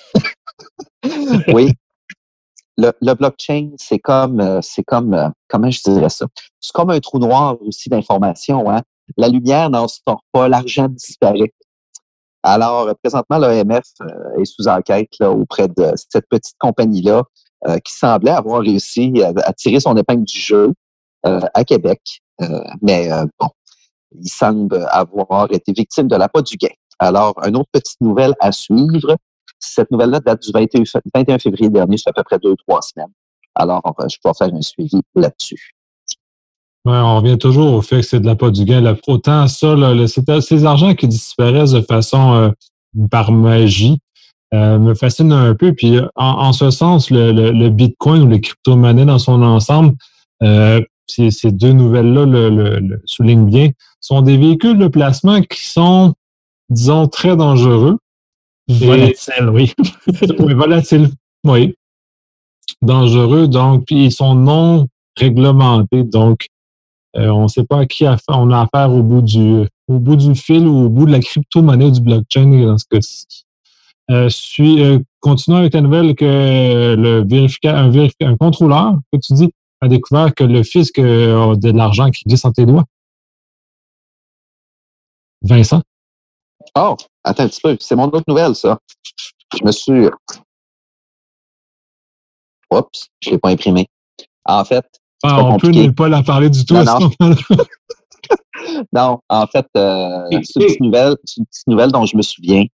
Oui. Le, le blockchain, c'est comme, euh, c'est comme, euh, comment je dirais ça? C'est comme un trou noir aussi d'informations. Hein? La lumière n'en sort pas, l'argent disparaît. Alors, euh, présentement, l'A M F euh, est sous enquête là, auprès de cette petite compagnie-là euh, qui semblait avoir réussi à, à tirer son épingle du jeu euh, à Québec. Euh, mais euh, bon, il semble avoir été victime de l'appât du gain. Alors, une autre petite nouvelle à suivre. Cette nouvelle-là date du vingt et un février dernier, ça fait à peu près deux ou trois semaines. Alors, je vais faire un suivi là-dessus. Ouais, on revient toujours au fait que c'est de l'appât du gain. Là, autant ça, là, le, c'est, ces argents qui disparaissent de façon euh, par magie euh, me fascinent un peu. Puis, en, en ce sens, le, le, le Bitcoin ou les crypto-monnaies dans son ensemble, euh, ces, ces deux nouvelles-là le, le, le soulignent bien, sont des véhicules de placement qui sont, disons, très dangereux. Volatile, oui. Oui, volatile, oui. Dangereux, donc, puis ils sont non réglementés, donc euh, on ne sait pas à qui on a affaire au bout du au bout du fil ou au bout de la crypto-monnaie du blockchain dans ce cas-ci. Euh, suis, euh, continuons avec la nouvelle que le vérifica, un, vérifica, un contrôleur, que tu dis, a découvert que le fisc a de l'argent qui glisse entre tes doigts. Vincent? Oh, attends un petit peu. C'est mon autre nouvelle, ça. Je me suis... Oups, je ne l'ai pas imprimé. En fait, ah, on compliqué. peut ne pas la parler du tout non, à ce moment-là. Non, en fait, euh, c'est une petite nouvelle, c'est une petite nouvelle dont je me souviens.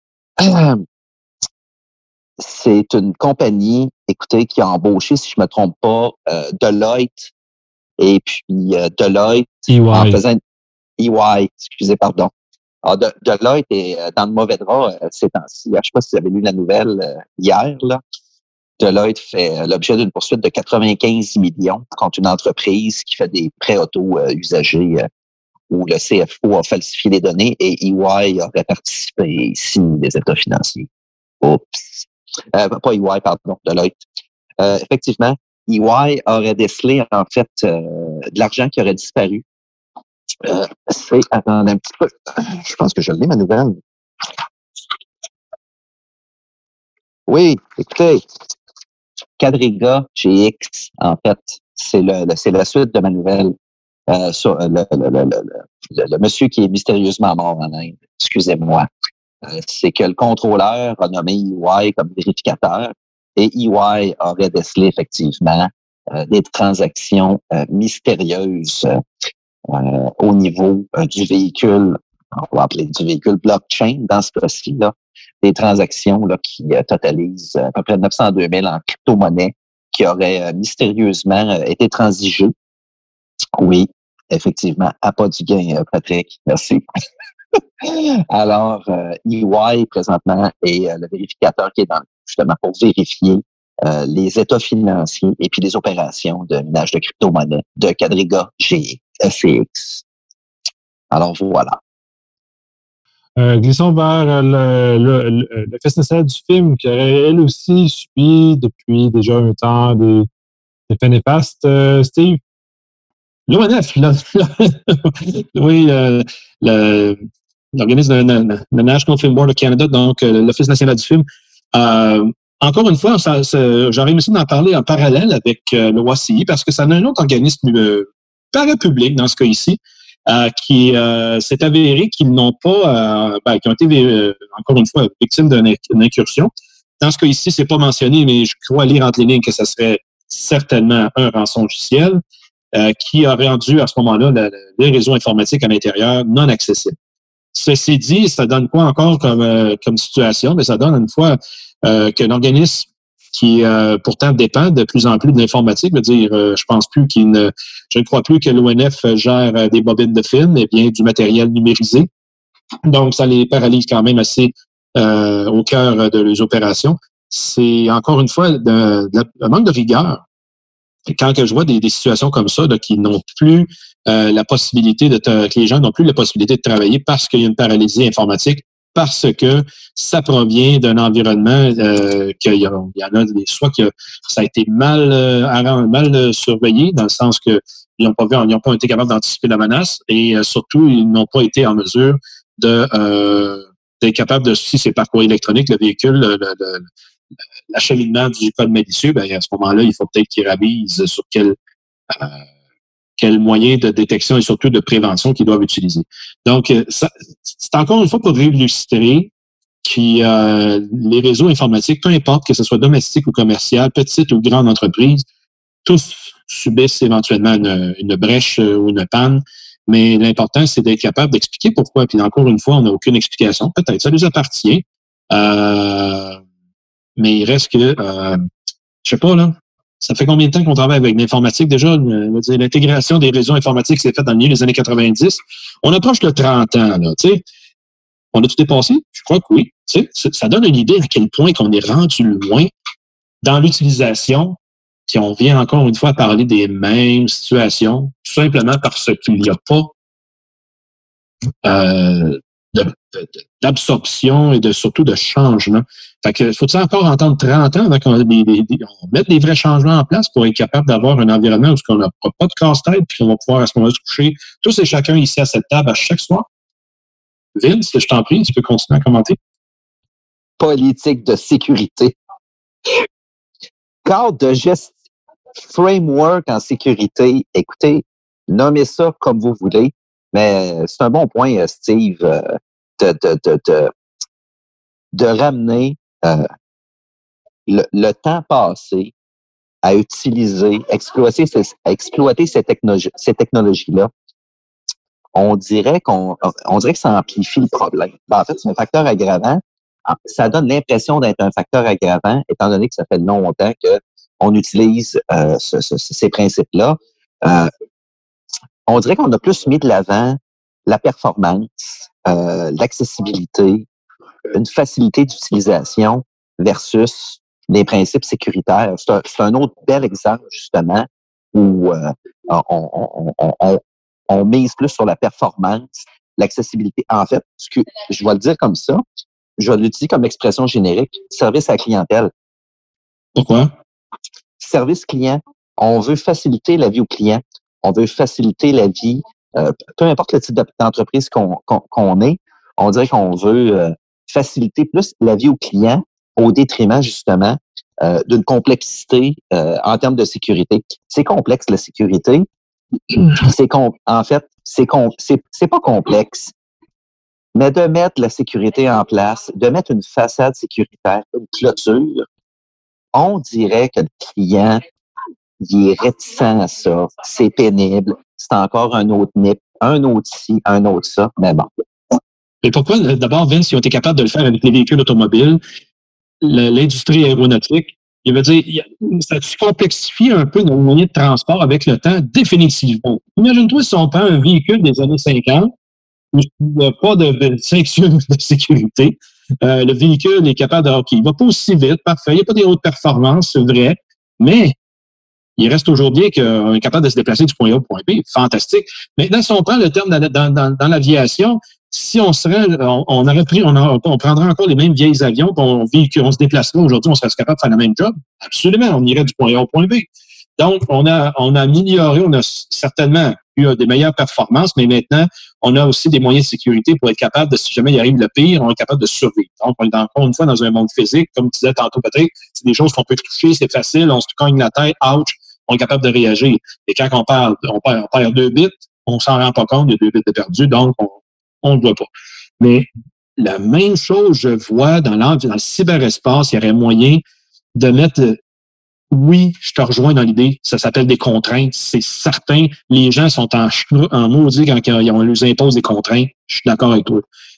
C'est une compagnie, écoutez, qui a embauché, si je ne me trompe pas, euh, Deloitte. Et puis, euh, Deloitte, E Y. en faisant... E Y, excusez, pardon. Alors, de, Deloitte est dans le mauvais drap euh, ces temps-ci. Je ne sais pas si vous avez lu la nouvelle euh, hier, là. Deloitte fait l'objet d'une poursuite de quatre-vingt-quinze millions contre une entreprise qui fait des prêts auto euh, usagés euh, où le C F O a falsifié les données et E Y aurait participé ici des états financiers. Oups. Euh, pas E Y, pardon, Deloitte. Euh, effectivement, E Y aurait décelé, en fait, euh, de l'argent qui aurait disparu. Euh, c'est, attendez un petit peu. Je pense que je l'ai, ma nouvelle. Oui, écoutez. Quadriga G X, en fait, c'est, le, le, c'est la suite de ma nouvelle euh, sur le, le, le, le, le, le monsieur qui est mystérieusement mort en Inde. Excusez-moi. Euh, c'est que le contrôleur a nommé E Y comme vérificateur et E Y aurait décelé effectivement euh, des transactions euh, mystérieuses euh, au niveau euh, du véhicule, on va appeler du véhicule blockchain dans ce cas-ci, là. Des transactions là, qui euh, totalisent à peu près neuf cent deux mille en crypto-monnaie qui auraient euh, mystérieusement euh, été transigées. Oui, effectivement, à pas du gain, euh, Patrick. Merci. Alors, euh, E Y, présentement, est euh, le vérificateur qui est dans justement pour vérifier euh, les états financiers et puis les opérations de minage de crypto-monnaie de Quadriga G F X. Alors, voilà. Euh, glissons vers le, le, le, le fest national du film qui aurait, elle aussi, subi depuis déjà un temps des, des faits néfastes. Euh, Steve? L'O N F, là, oui, euh, le, l'organisme de, de National Film Board of Canada, donc euh, l'Office national du film. Euh, encore une fois, ça, ça, j'aurais aimé d'en parler en parallèle avec euh, le O C I parce que ça a un autre organisme euh, parapublic dans ce cas ici. Euh, qui euh, s'est avéré qu'ils n'ont pas, euh, ben, qui ont été, euh, encore une fois, victimes d'une, d'une incursion. Dans ce cas ici, c'est pas mentionné, mais je crois lire entre les lignes que ça serait certainement un rançongiciel euh, qui aurait rendu à ce moment-là le, les réseaux informatiques à l'intérieur non accessibles. Ceci dit, ça donne quoi encore comme, euh, comme situation? Mais ça donne une fois euh, qu'un organisme qui euh, pourtant dépend de plus en plus de l'informatique, veut dire, euh, je pense plus qu'il ne, je ne crois plus que l'O N F gère euh, des bobines de film, mais bien du matériel numérisé. Donc, ça les paralyse quand même assez euh, au cœur de leurs opérations. C'est encore une fois de, de, un manque de rigueur. Quand que je vois des, des situations comme ça, là, qui n'ont plus euh, la possibilité de, te, que les gens n'ont plus la possibilité de travailler parce qu'il y a une paralysie informatique, parce que ça provient d'un environnement euh, qu'il y, a, il y en a des soit que ça a été mal euh, mal surveillé, dans le sens que ils n'ont pas vu, ils n'ont pas été capables d'anticiper la menace, et euh, surtout ils n'ont pas été en mesure de euh, d'être capables de, si c'est par courrier électronique, le véhicule, le, le, le, l'acheminement du code malicieux, ben à ce moment-là, il faut peut-être qu'ils ravisent sur quel euh, quels moyens de détection et surtout de prévention qu'ils doivent utiliser. Donc, ça, c'est encore une fois pour illustrer que euh, les réseaux informatiques, peu importe que ce soit domestique ou commercial, petite ou grande entreprise, tous subissent éventuellement une, une brèche ou une panne. Mais l'important, c'est d'être capable d'expliquer pourquoi. Puis encore une fois, on n'a aucune explication. Peut-être, ça nous appartient. Euh, mais il reste que, euh, je sais pas, là, ça fait combien de temps qu'on travaille avec l'informatique déjà? Euh, dire, l'intégration des réseaux informatiques s'est faite dans le milieu des années quatre-vingt-dix. On approche de trente ans, là, tu sais. On a tout dépassé? Je crois que oui. Tu sais, ça donne une idée à quel point qu'on est rendu loin dans l'utilisation, si on vient encore une fois parler des mêmes situations, tout simplement parce qu'il n'y a pas euh, de, de, d'absorption et de surtout de changement. Fait que faut-il encore entendre trente ans avant qu'on des, des, des, on mette des vrais changements en place pour être capable d'avoir un environnement où on n'a pas de casse-tête puis qu'on va pouvoir à ce moment-là se coucher tous et chacun ici à cette table à chaque soir? Vince, je t'en prie, tu peux continuer à commenter. Politique de sécurité. Cadre de gestion, framework en sécurité. Écoutez, nommez ça comme vous voulez, mais c'est un bon point, Steve, de, de, de, de, de ramener euh, le, le temps passé à utiliser, exploiter, ces, exploiter ces, technologies, ces technologies-là. On dirait qu'on on dirait que ça amplifie le problème. Ben, en fait, c'est un facteur aggravant. Ça donne l'impression d'être un facteur aggravant, étant donné que ça fait longtemps qu'on utilise euh, ce, ce, ces principes-là. Euh, on dirait qu'on a plus mis de l'avant la performance, euh, l'accessibilité, une facilité d'utilisation versus des principes sécuritaires. C'est un, c'est un autre bel exemple, justement, où euh, on, on, on, on on mise plus sur la performance, l'accessibilité. En fait, ce que, je vais le dire comme ça, je vais l'utiliser comme expression générique, service à la clientèle. Pourquoi? Service client. On veut faciliter la vie au client. On veut faciliter la vie, euh, peu importe le type d'entreprise qu'on, qu'on, qu'on est, on dirait qu'on veut euh, faciliter plus la vie au client au détriment, justement, euh, d'une complexité euh, en termes de sécurité. C'est complexe, la sécurité. C'est com- en fait, c'est, com- c'est, c'est pas complexe, mais de mettre la sécurité en place, de mettre une façade sécuritaire, une clôture, on dirait que le client, il est réticent à ça, c'est pénible, c'est encore un autre nip, un autre ci, un autre ça, mais bon. Et pourquoi, d'abord, Vince, ils ont été capables de le faire avec les véhicules automobiles, le, l'industrie aéronautique? Il veut dire, ça se complexifie un peu nos moyens de transport avec le temps, définitivement. Imagine-toi si on prend un véhicule des années cinquante, où il n'y a pas de ceinture de sécurité. Euh, le véhicule est capable de, OK, il va pas aussi vite, parfait, il n'y a pas des hautes performances, c'est vrai, mais il reste aujourd'hui qu'on est capable de se déplacer du point A au point B. Fantastique. Maintenant, si on prend le terme dans, dans, dans, dans l'aviation, si on serait, on, on aurait pris, on, a, on prendrait encore les mêmes vieilles avions, on, on se déplacerait aujourd'hui, on serait capable de faire le même job. Absolument, on irait du point A au point B. Donc, on a, on a amélioré, on a certainement eu des meilleures performances, mais maintenant, on a aussi des moyens de sécurité pour être capable de, si jamais il arrive le pire, on est capable de survivre. Donc, on est encore une fois dans un monde physique, comme tu disais tantôt, Patrick, c'est des choses qu'on peut toucher, c'est facile, on se cogne la tête, ouch, on est capable de réagir. Et quand on parle, on perd, on perd deux bits, on s'en rend pas compte, il y a deux bits de perdu, donc on on ne le voit pas. Mais la même chose, je vois dans, dans le cyberespace, il y aurait moyen de mettre, oui, je te rejoins dans l'idée, ça s'appelle des contraintes, c'est certain. Les gens sont en, en maudit quand on leur impose des contraintes, je suis d'accord avec toi.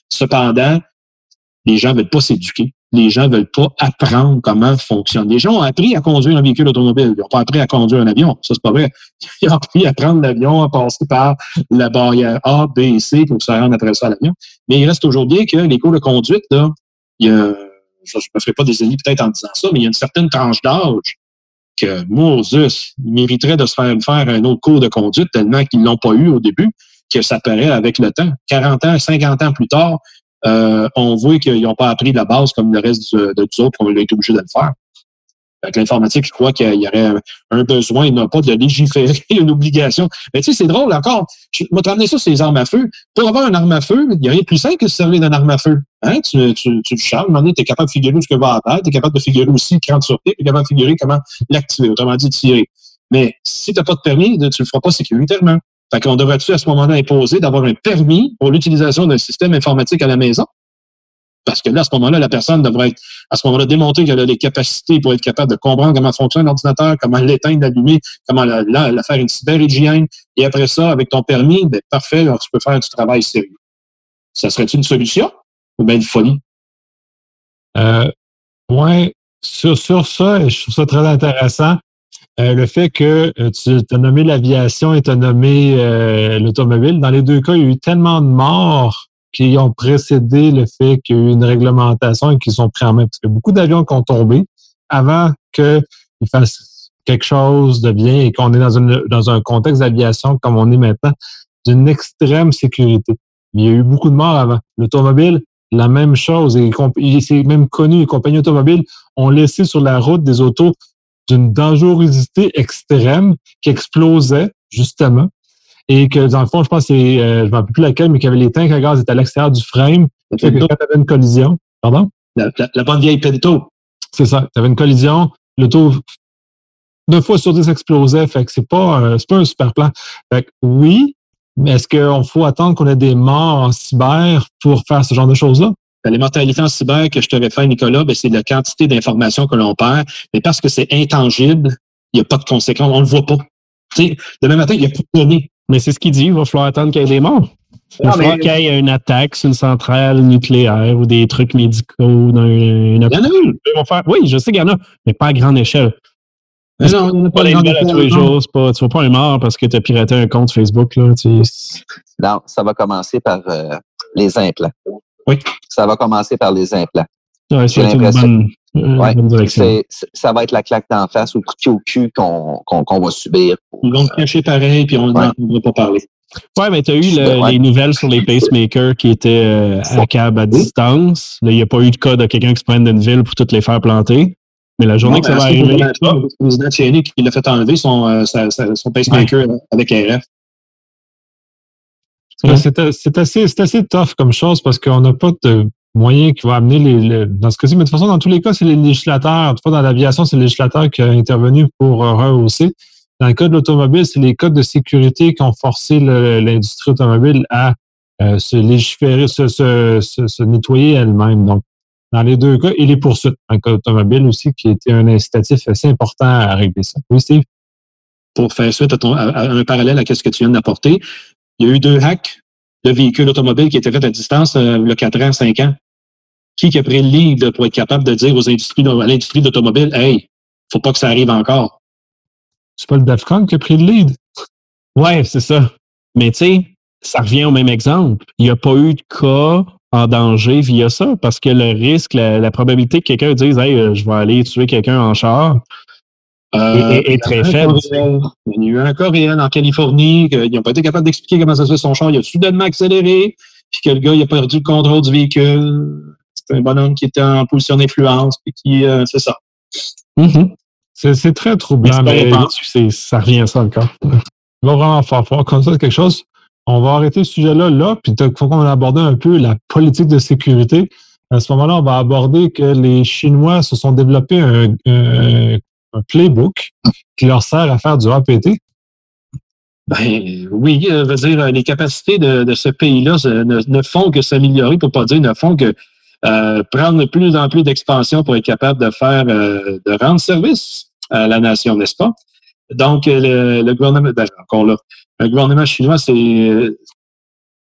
Cependant, les gens ne veulent pas s'éduquer. Les gens ne veulent pas apprendre comment fonctionne. Les gens ont appris à conduire un véhicule automobile. Ils n'ont pas appris à conduire un avion. Ça, c'est pas vrai. Ils ont appris à prendre l'avion, à passer par la barrière A, B et C pour se rendre après ça à l'avion. Mais il reste aujourd'hui que les cours de conduite, là, il y a, je ne me ferai pas des ennemis peut-être en disant ça, mais il y a une certaine tranche d'âge que, Moses, ils mériteraient de se faire faire un autre cours de conduite tellement qu'ils ne l'ont pas eu au début, que ça paraît avec le temps. quarante ans, cinquante ans plus tard, Euh, on voit qu'ils n'ont pas appris de la base comme le reste du, de nous autres, qu'on a été obligé de le faire. Avec l'informatique, je crois qu'il y aurait un, un besoin, et non pas de légiférer, une obligation. Mais tu sais, c'est drôle encore. Je vais te ramener ça sur les armes à feu. Pour avoir une arme à feu, il n'y a rien de plus simple que de se servir d'une arme à feu. Hein? Tu, tu, tu le charges, à un moment donné, tu es capable de figurer où ce que va à terre, tu es capable de figurer aussi cran de sûreté, tu es capable de figurer comment l'activer, autrement dit, tirer. Mais si tu n'as pas de permis, tu ne le feras pas sécuritairement. Fait qu'on devrait-tu à ce moment-là imposer d'avoir un permis pour l'utilisation d'un système informatique à la maison? Parce que là, à ce moment-là, la personne devrait être, à ce moment-là, démontrer qu'elle a les capacités pour être capable de comprendre comment fonctionne l'ordinateur, comment l'éteindre, l'allumer, comment la, la, la faire une cyberhygiène. Et après ça, avec ton permis, ben, parfait, alors tu peux faire du travail sérieux. Ça serait une solution ou bien une folie? Euh, ouais, sur, sur ça, je trouve ça très intéressant. Euh, le fait que euh, tu as nommé l'aviation et tu as nommé euh, l'automobile, dans les deux cas, il y a eu tellement de morts qui ont précédé le fait qu'il y a eu une réglementation et qu'ils sont pris en main. Parce que beaucoup d'avions qui ont tombé avant qu'ils fassent quelque chose de bien et qu'on est dans, une, dans un contexte d'aviation comme on est maintenant, d'une extrême sécurité. Il y a eu beaucoup de morts avant. L'automobile, la même chose. Et c'est même connu, les compagnies automobiles ont laissé sur la route des autos d'une dangerosité extrême qui explosait, justement, et que, dans le fond, je pense que c'est, euh, je ne me rappelle plus laquelle, mais qu'il y avait les tanks à gaz étaient à l'extérieur du frame, et que quand tu avais une collision, pardon? La, la, la bonne vieille Pinto. C'est ça, tu avais une collision, l'auto, neuf fois sur dix explosait, fait que c'est pas, euh, c'est pas un super plan. Fait que oui, mais est-ce qu'il faut attendre qu'on ait des morts en cyber pour faire ce genre de choses-là? Les mortalités en cyber que je te réfère, Nicolas, ben, c'est la quantité d'informations que l'on perd. Mais parce que c'est intangible, il n'y a pas de conséquences. On ne le voit pas. Tu sais, demain matin, il n'y a plus de données. Mais c'est ce qu'il dit. Il va falloir attendre qu'il y ait des morts. Il va non, falloir mais... qu'il y ait une attaque sur une centrale nucléaire ou des trucs médicaux dans une... Il y en a eu. Ils vont faire... Oui, je sais qu'il y en a, mais pas à grande échelle. Mais non, il n'y en a pas les grande nouvelles à tous les jours. C'est pas, tu ne vas pas un mort parce que tu as piraté un compte Facebook. Là, tu sais. Non, ça va commencer par euh, les implants. Oui. Ça va commencer par les implants. Ouais, J'ai c'est une bonne, euh, ouais, bonne direction. c'est, c'est, ça va être la claque d'en face ou le coup de pied au cul qu'on, qu'on, qu'on va subir. Ils vont te cacher pareil, puis on n'en va pas parler. Oui, mais tu as eu le, ouais. les nouvelles sur les pacemakers qui étaient euh, hackables à distance. Là, il n'y a pas eu de cas de quelqu'un qui se prenne d'une ville pour toutes les faire planter. Mais la journée bon, que ça va arriver... Le président Thierry qui l'a fait enlever son, euh, sa, sa, son pacemaker ouais. avec R F. Ouais. C'est, c'est, assez, c'est assez tough comme chose parce qu'on n'a pas de moyen qui va amener les, les... Dans ce cas-ci, mais de toute façon, dans tous les cas, c'est les législateurs. Toutefois, dans l'aviation, c'est le législateur qui a intervenu pour euh, rehausser. Dans le cas de l'automobile, c'est les codes de sécurité qui ont forcé le, l'industrie automobile à euh, se légiférer, se, se, se, se nettoyer elle-même. Donc, dans les deux cas, et les poursuites. Dans le cas automobile aussi, qui était un incitatif assez important à régler ça. Oui, Steve? Pour faire suite à, ton, à, à un parallèle à ce que tu viens d'apporter, il y a eu deux hacks de véhicules automobiles qui étaient faits à distance euh, il y a quatre ans, cinq ans. Qui, qui a pris le lead pour être capable de dire aux industries, à l'industrie d'automobile, hey, faut pas que ça arrive encore? C'est pas le DEFCON qui a pris le lead? Ouais, c'est ça. Mais tu sais, ça revient au même exemple. Il n'y a pas eu de cas en danger via ça parce que le risque, la, la probabilité que quelqu'un dise, hey, je vais aller tuer quelqu'un en char, Euh, est, est très faible. Il y a eu un cas réel en Californie, qu'ils n'ont pas été capables d'expliquer comment ça se fait son char. Il a soudainement accéléré, puis que le gars il a perdu le contrôle du véhicule. C'est un bonhomme qui était en position d'influence, puis qui, euh, c'est ça. Mm-hmm. C'est, c'est très troublant, mais, mais c'est, ça revient à ça encore. Il va vraiment falloir faire comme ça quelque chose. On va arrêter ce sujet-là, là, puis il faut qu'on aborde un peu la politique de sécurité. À ce moment-là, on va aborder que les Chinois se sont développés un, un un playbook qui leur sert à faire du A P T? Ben oui, je veux dire, les capacités de, de ce pays-là ne, ne font que s'améliorer, pour pas dire, ne font que euh, prendre de plus en plus d'expansion pour être capable de faire, euh, de rendre service à la nation, n'est-ce pas? Donc, le, le gouvernement, ben, encore là, le gouvernement chinois, c'est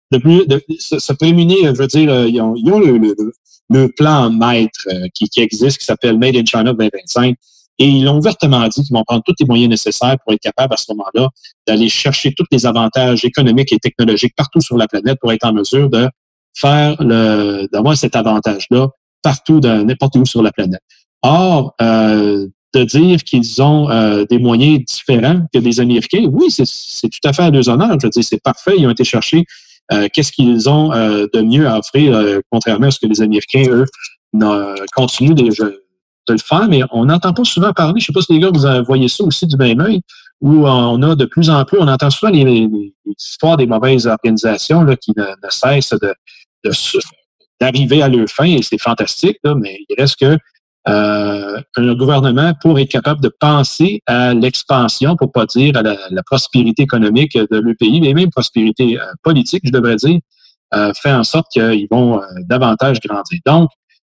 de plus, de, se, se prémunir, je veux dire, ils ont, ils ont le, le, le plan maître euh, qui, qui existe, qui s'appelle Made in China vingt vingt-cinq, et ils l'ont ouvertement dit qu'ils vont prendre tous les moyens nécessaires pour être capables à ce moment-là d'aller chercher tous les avantages économiques et technologiques partout sur la planète pour être en mesure de faire le, d'avoir cet avantage-là partout, dans n'importe où sur la planète. Or, euh, de dire qu'ils ont euh, des moyens différents que les Américains, oui, c'est, c'est tout à fait à deux honneurs. Je veux dire, c'est parfait. Ils ont été chercher euh, qu'est-ce qu'ils ont euh, de mieux à offrir, euh, contrairement à ce que les Américains, eux, continuent de, de le faire. Mais on n'entend pas souvent parler, je ne sais pas si les gars, vous voyez ça aussi du même œil, où on a de plus en plus, on entend souvent les, les, les histoires des mauvaises organisations là, qui ne, ne cessent de, de, d'arriver à leur fin, et c'est fantastique, là, mais il reste que Euh, un gouvernement, pour être capable de penser à l'expansion, pour pas dire à la, la prospérité économique de leur pays, mais même prospérité euh, politique, je devrais dire, euh, fait en sorte qu'ils vont euh, davantage grandir. Donc,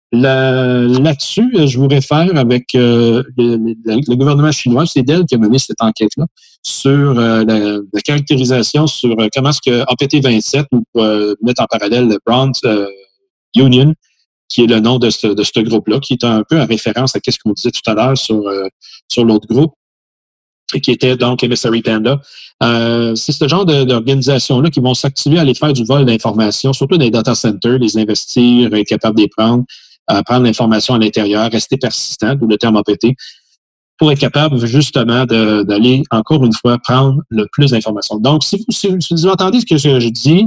là, là-dessus, je vous réfère avec euh, le, le, le gouvernement chinois, c'est Dell qui a mené cette enquête-là sur euh, la, la caractérisation sur euh, comment est-ce que A P T vingt-sept, ou pour euh, mettre en parallèle le Bronze euh, Union, qui est le nom de ce, de ce groupe-là, qui est un peu en référence à ce qu'on disait tout à l'heure sur, euh, sur l'autre groupe, et qui était donc Emissary Panda. Euh, c'est ce genre de, d'organisation-là qui vont s'activer à aller faire du vol d'informations, surtout dans les data centers, les investir, être capable de les prendre, euh, prendre l'information à l'intérieur, rester persistant, d'où le terme A P T, pour être capable justement de, d'aller, encore une fois, prendre le plus d'informations. Donc, si vous, si, si vous entendez ce que je, je dis,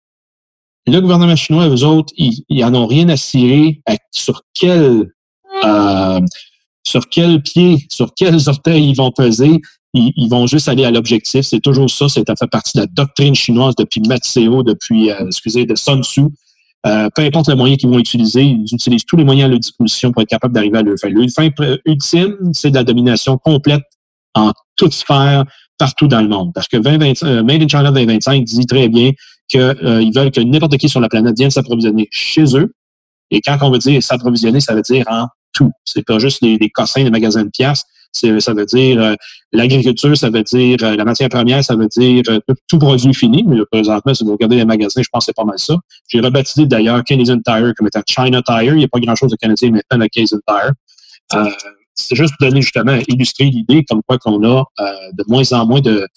le gouvernement chinois, eux autres, ils, ils en ont rien à cirer à, sur quel euh, sur quel pied, sur quels orteils ils vont peser. Ils, ils vont juste aller à l'objectif. C'est toujours ça. Ça fait partie de la doctrine chinoise depuis Matseo, depuis, euh, excusez, de Sun Tzu. Euh, peu importe le moyen qu'ils vont utiliser, ils utilisent tous les moyens à leur disposition pour être capables d'arriver à leur fin. Leur fin ultime, c'est de la domination complète en toute sphère, partout dans le monde. Parce que vingt vingt, euh, Made in China vingt vingt-cinq dit très bien qu'ils euh, veulent que n'importe qui sur la planète vienne s'approvisionner chez eux. Et quand on veut dire s'approvisionner, ça veut dire en tout. C'est pas juste les, les cossins des magasins de pièces. C'est, ça veut dire euh, l'agriculture, ça veut dire euh, la matière première, ça veut dire euh, tout, tout produit fini. Mais présentement, si vous regardez les magasins, je pense que c'est pas mal ça. J'ai rebaptisé d'ailleurs Canadian Tire comme étant China Tire. Il n'y a pas grand-chose de canadien maintenant dans Canadian Tire. Euh, c'est juste pour donner justement, illustrer l'idée comme quoi qu'on a euh, de moins en moins de,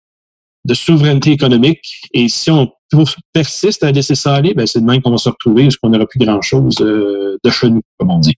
de souveraineté économique. Et si on persiste à laisser ça aller, ben c'est de même qu'on va se retrouver parce qu'on n'aura plus grand-chose euh, de chez nous, comme on dit.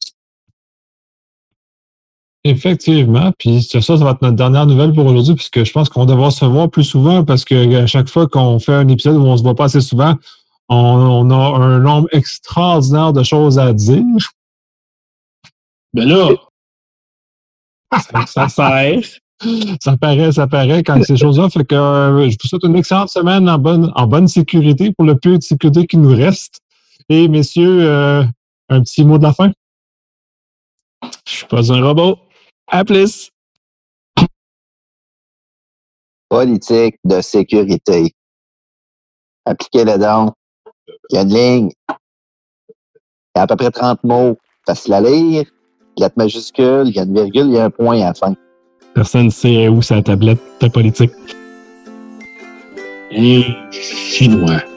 Effectivement. Puis ça, ça va être notre dernière nouvelle pour aujourd'hui, puisque je pense qu'on devra se voir plus souvent, parce qu'à chaque fois qu'on fait un épisode où on se voit pas assez souvent, on, on a un nombre extraordinaire de choses à dire. Ben là, ça, ça sert. Ça paraît, ça paraît quand ces choses-là. Fait que euh, je vous souhaite une excellente semaine en bonne, en bonne sécurité, pour le peu de sécurité qui nous reste. Et messieurs, euh, un petit mot de la fin? Je suis pas un robot. À plus! Politique de sécurité. Appliquez-le donc. Il y a une ligne. Il y a à peu près trente mots. Facile à lire. Lettre majuscule, il y a une virgule, il y a un point à la fin. Personne ne sait où sa tablette de politique. Et chinois.